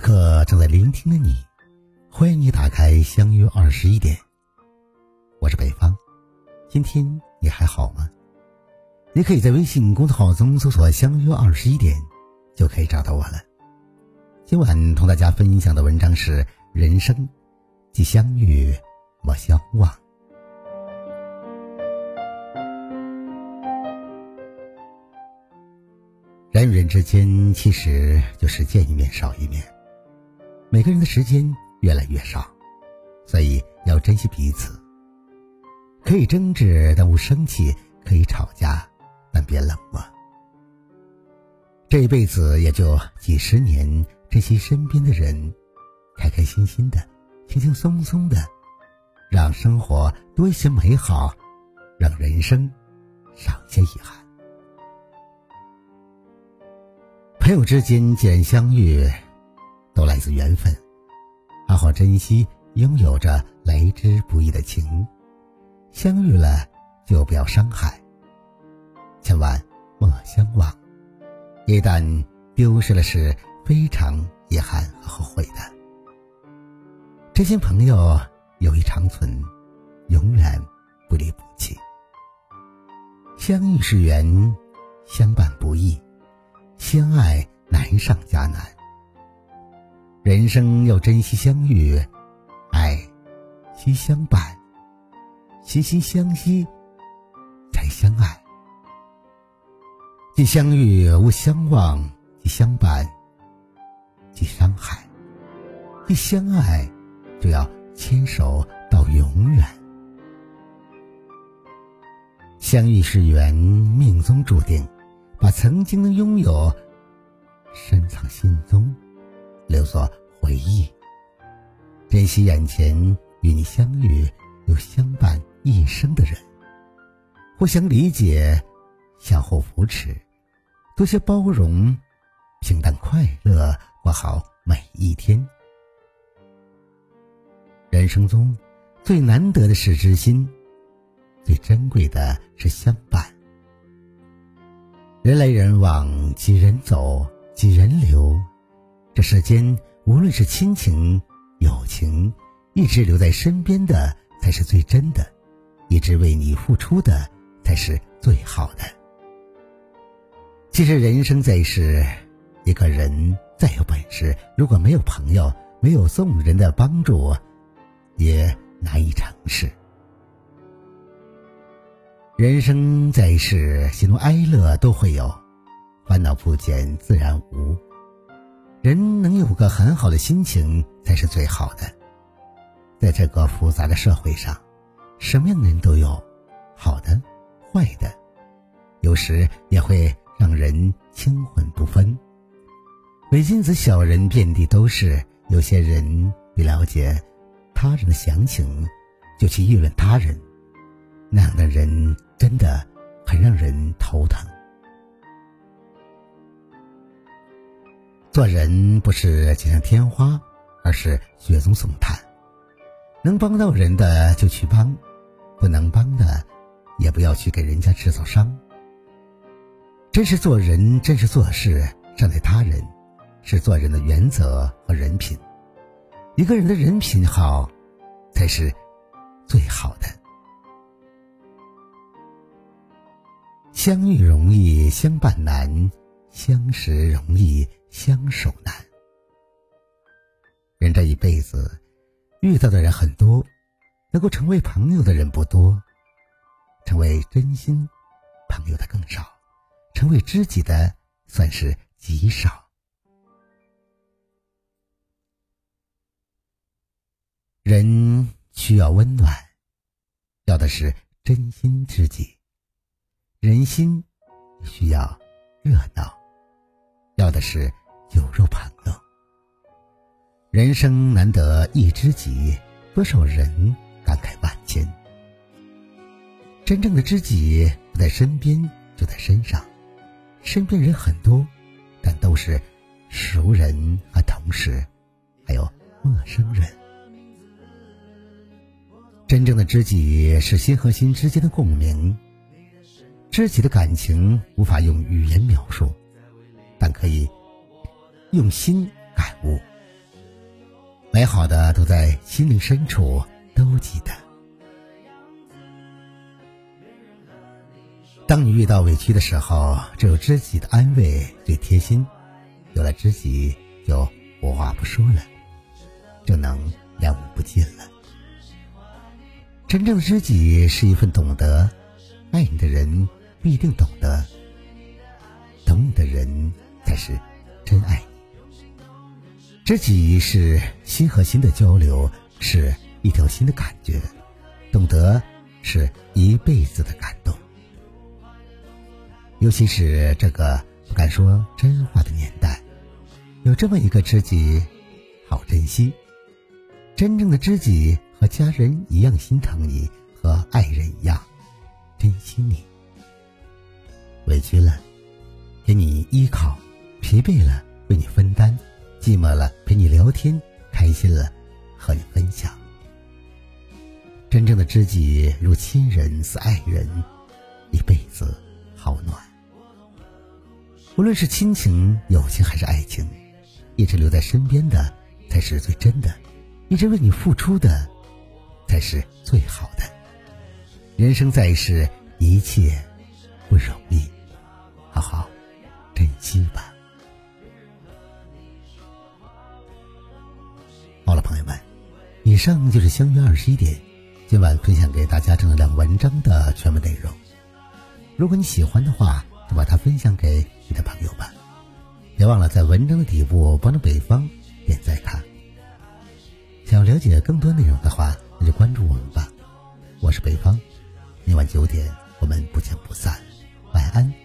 刻正在聆听的你，欢迎你打开相约21点。我是北方，今天你还好吗？你可以在微信公众号中搜索相约21点，就可以找到我了。今晚同大家分享的文章是人生既相遇莫相忘。人与人之间其实就是见一面少一面，每个人的时间越来越少，所以要珍惜彼此。可以争执但勿生气，可以吵架但别冷漠。这一辈子也就几十年，珍惜身边的人，开开心心的，轻轻松松的，让生活多一些美好，让人生少些遗憾。朋友之间既然相遇，都来自缘分，好好珍惜拥有着来之不易的情。相遇了就不要伤害，千万莫相忘。一旦丢失了是非常遗憾和后悔的。真心朋友友谊长存，永远不离不弃。相遇是缘，相伴不易，相爱难上加难。人生要珍惜相遇，爱惜相伴，息息相惜才相爱。既相遇无相忘，既相伴既伤害，既相爱就要牵手到永远。相遇是缘，命中注定，把曾经的拥有深藏心中，留作回忆。珍惜眼前与你相遇又相伴一生的人，互相理解，相互扶持，多些包容，平淡快乐过好每一天。人生中最难得的是知心，最珍贵的是相伴。人来人往，几人走，几人留。这世间无论是亲情友情，一直留在身边的才是最真的，一直为你付出的才是最好的。其实人生在世，一个人再有本事，如果没有朋友，没有送人的帮助，也难以成事。人生在世，喜怒哀乐都会有，烦恼不减自然无。人能有个很好的心情才是最好的。在这个复杂的社会上，什么样的人都有，好的坏的，有时也会让人轻混不分。伪君子小人遍地都是，有些人不了解他人的详情就去议论他人，那样的人真的很让人头疼。做人不是锦上添花，而是雪中送炭。能帮到人的就去帮，不能帮的也不要去给人家制造伤。真是做人，真是做事，善待他人，是做人的原则和人品。一个人的人品好，才是最好的。相遇容易相伴难，相识容易相守难。人这一辈子遇到的人很多，能够成为朋友的人不多，成为真心朋友的更少，成为知己的算是极少。人需要温暖，要的是真心知己；人心需要热闹，要的是酒肉朋友。人生难得一知己，多少人感慨万千。真正的知己不在身边，就在身上。身边人很多，但都是熟人和同事，还有陌生人。真正的知己是心和心之间的共鸣。知己的感情无法用语言描述，但可以用心感悟， 美好的都在心灵深处，都记得。当你遇到委屈的时候，只有知己的安慰最贴心，有了知己就无话不说了，就能了无不尽了。真正的知己是一份懂得，爱你的人不一定懂得，懂你的人才是真爱你。知己是心和心的交流，是一条心的感觉，懂得是一辈子的感动。尤其是这个不敢说真话的年代，有这么一个知己，好珍惜。真正的知己和家人一样心疼你，和爱人一样珍惜你。委屈了，给你依靠；疲惫了，为你分担；寂寞了，陪你聊天；开心了，和你分享。真正的知己如亲人似爱人，一辈子好暖。无论是亲情、友情还是爱情，一直留在身边的才是最真的，一直为你付出的才是最好的。人生在世，一切不容易，好好珍惜吧。好了，朋友们，以上就是相约21点今晚分享给大家正能量文章的全部内容。如果你喜欢的话，就把它分享给你的朋友吧。别忘了在文章的底部帮着北方点赞看。想了解更多内容的话，那就关注我们吧。我是北方，明晚9点我们不见不散。晚安。